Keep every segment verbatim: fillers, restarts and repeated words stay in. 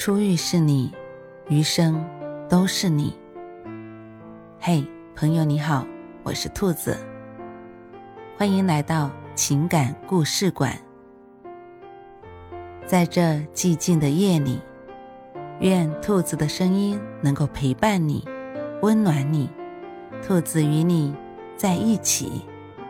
初遇是你，余生都是你。嘿，朋友你好，我是兔子，欢迎来到情感故事馆。在这寂静的夜里，愿兔子的声音能够陪伴你，温暖你，兔子与你在一起。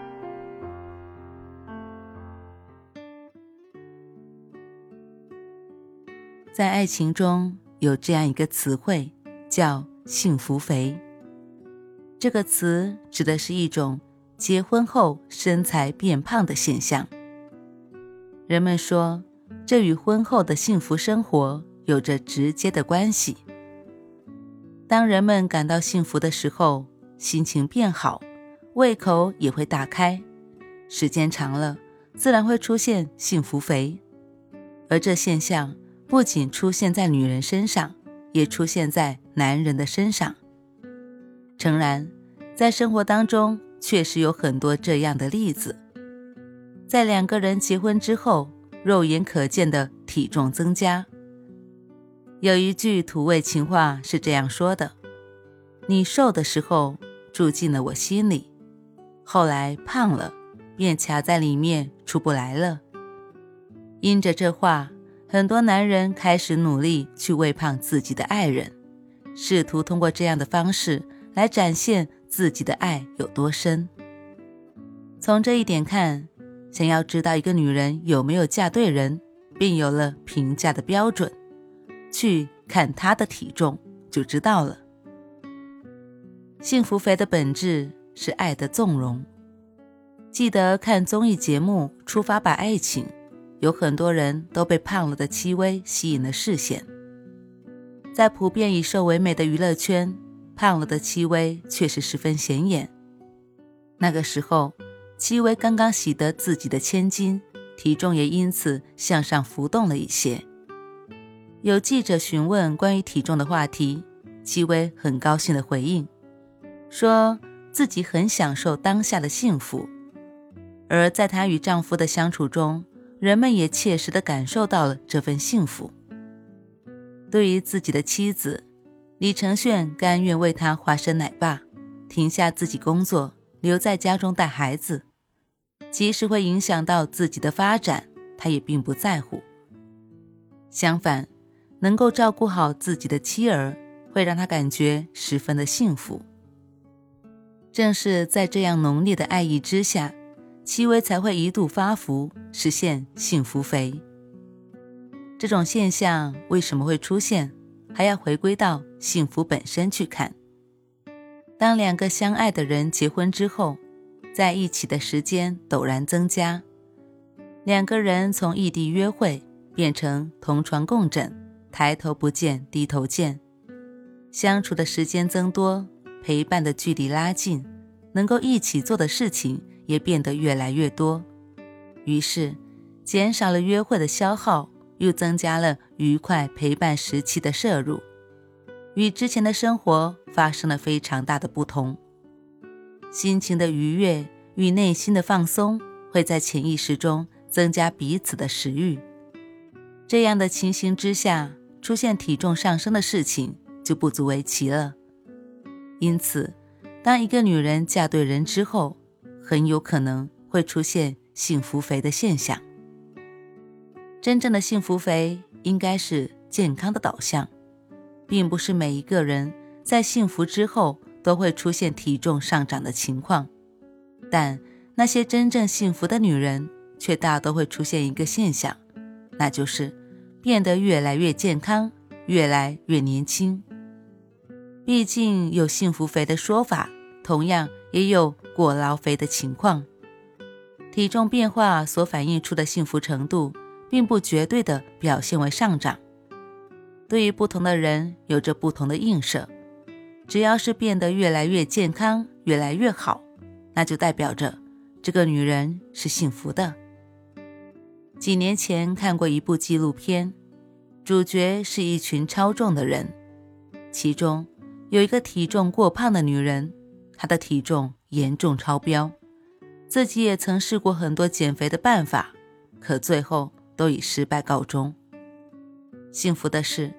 在爱情中有这样一个词汇叫幸福肥，这个词指的是一种结婚后身材变胖的现象。人们说这与婚后的幸福生活有着直接的关系。当人们感到幸福的时候，心情变好，胃口也会打开，时间长了自然会出现幸福肥。而这现象不仅出现在女人身上，也出现在男人的身上。诚然，在生活当中确实有很多这样的例子。在两个人结婚之后，肉眼可见的体重增加。有一句土味情话是这样说的：你瘦的时候住进了我心里，后来胖了，便卡在里面出不来了。因着这话，很多男人开始努力去喂胖自己的爱人，试图通过这样的方式来展现自己的爱有多深。从这一点看，想要知道一个女人有没有嫁对人，便有了评价的标准，去看她的体重就知道了。幸福肥的本质是爱的纵容。记得看综艺节目《出发吧爱情》，有很多人都被胖了的戚薇吸引了视线。在普遍以瘦为美的娱乐圈，胖了的戚薇确实十分显眼。那个时候，戚薇刚刚喜得自己的千金，体重也因此向上浮动了一些。有记者询问关于体重的话题，戚薇很高兴地回应，说自己很享受当下的幸福。而在她与丈夫的相处中，人们也切实地感受到了这份幸福。对于自己的妻子，李承铉甘愿为她化身奶爸，停下自己工作，留在家中带孩子。即使会影响到自己的发展，他也并不在乎。相反，能够照顾好自己的妻儿，会让他感觉十分的幸福。正是在这样浓烈的爱意之下，戚薇才会一度发福，实现幸福肥。这种现象为什么会出现，还要回归到幸福本身去看。当两个相爱的人结婚之后，在一起的时间陡然增加，两个人从异地约会变成同床共枕，抬头不见低头见，相处的时间增多，陪伴的距离拉近，能够一起做的事情也变得越来越多。于是减少了约会的消耗，又增加了愉快陪伴时期的摄入，与之前的生活发生了非常大的不同。心情的愉悦与内心的放松会在潜意识中增加彼此的食欲。这样的情形之下，出现体重上升的事情就不足为奇了。因此，当一个女人嫁对人之后，很有可能会出现幸福肥的现象。真正的幸福肥应该是健康的导向，并不是每一个人在幸福之后都会出现体重上涨的情况。但那些真正幸福的女人却大都会出现一个现象，那就是变得越来越健康，越来越年轻。毕竟有幸福肥的说法，同样也有过劳肥的情况。体重变化所反映出的幸福程度，并不绝对的表现为上涨。对于不同的人有着不同的映射，只要是变得越来越健康，越来越好，那就代表着这个女人是幸福的。几年前看过一部纪录片，主角是一群超重的人，其中有一个体重过胖的女人，她的体重严重超标，自己也曾试过很多减肥的办法，可最后都以失败告终。幸福的是，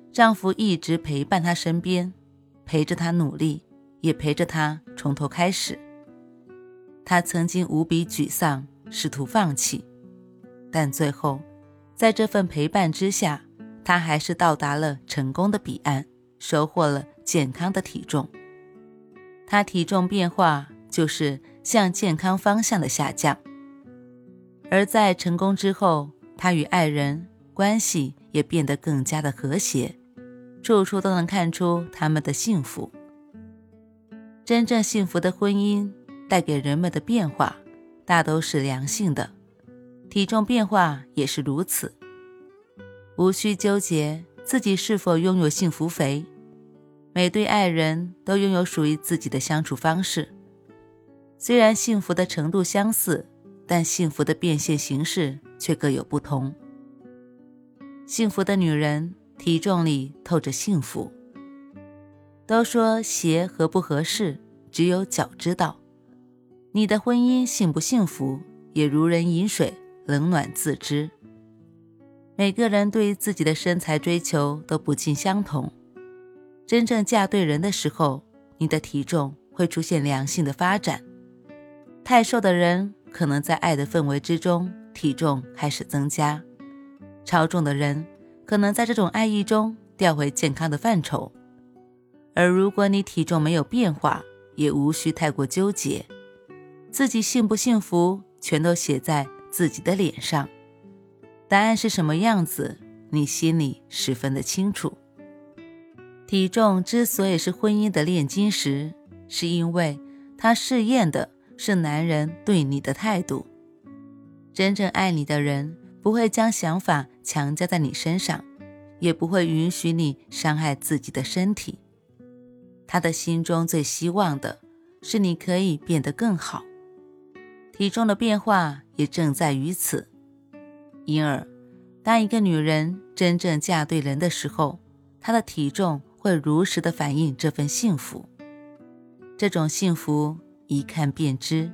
丈夫一直陪伴她身边，陪着她努力，也陪着她从头开始。她曾经无比沮丧，试图放弃，但最后在这份陪伴之下，她还是到达了成功的彼岸，收获了健康的体重。她体重变化就是向健康方向的下降。而在成功之后，她与爱人关系也变得更加的和谐，处处都能看出他们的幸福。真正幸福的婚姻带给人们的变化大都是良性的，体重变化也是如此。无需纠结自己是否拥有幸福肥，每对爱人都拥有属于自己的相处方式。虽然幸福的程度相似，但幸福的变现形式却各有不同。幸福的女人体重里透着幸福。都说鞋合不合适，只有脚知道。你的婚姻幸不幸福，也如人饮水，冷暖自知。每个人对自己的身材追求都不尽相同。真正嫁对人的时候，你的体重会出现良性的发展。太瘦的人可能在爱的氛围之中，体重开始增加。超重的人可能在这种爱意中调回健康的范畴。而如果你体重没有变化，也无需太过纠结。自己幸不幸福，全都写在自己的脸上。答案是什么样子，你心里十分的清楚。体重之所以是婚姻的炼金石，是因为它试验的是男人对你的态度。真正爱你的人不会将想法强加在你身上，也不会允许你伤害自己的身体。他的心中最希望的是你可以变得更好。体重的变化也正在于此。因而当一个女人真正嫁对人的时候，她的体重会如实地反映这份幸福。这种幸福一看便知。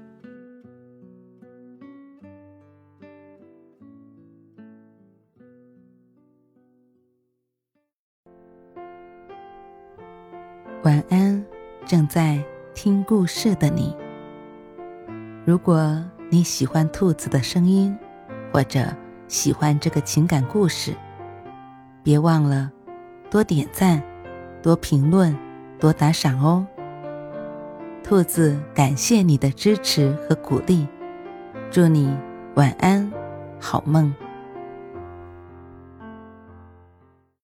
晚安，正在听故事的你。如果你喜欢兔子的声音，或者喜欢这个情感故事，别忘了多点赞、多评论、多打赏哦。兔子感谢你的支持和鼓励，祝你晚安，好梦。